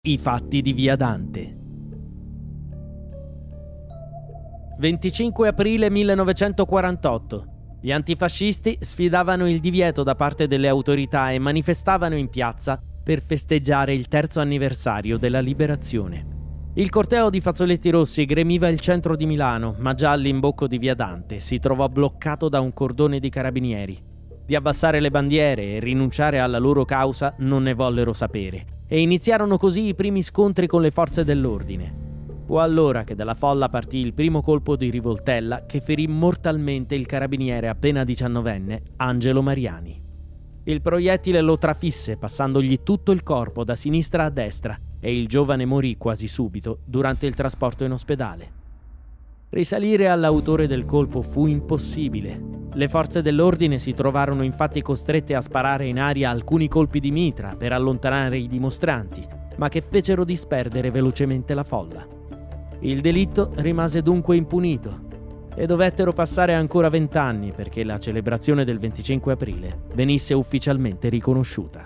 I fatti di Via Dante. 25 aprile 1948. Gli antifascisti sfidavano il divieto da parte delle autorità e manifestavano in piazza per festeggiare il 3° anniversario della liberazione. Il corteo di fazzoletti rossi gremiva il centro di Milano, ma già all'imbocco di Via Dante si trovò bloccato da un cordone di carabinieri. Di abbassare le bandiere e rinunciare alla loro causa non ne vollero sapere e iniziarono così i primi scontri con le forze dell'ordine. Fu allora che dalla folla partì il primo colpo di rivoltella che ferì mortalmente il carabiniere appena 19enne Angelo Mariani. Il proiettile lo trafisse passandogli tutto il corpo da sinistra a destra e il giovane morì quasi subito durante il trasporto in ospedale. Risalire all'autore del colpo fu impossibile. Le forze dell'ordine si trovarono infatti costrette a sparare in aria alcuni colpi di mitra per allontanare i dimostranti, ma che fecero disperdere velocemente la folla. Il delitto rimase dunque impunito e dovettero passare ancora 20 anni perché la celebrazione del 25 aprile venisse ufficialmente riconosciuta.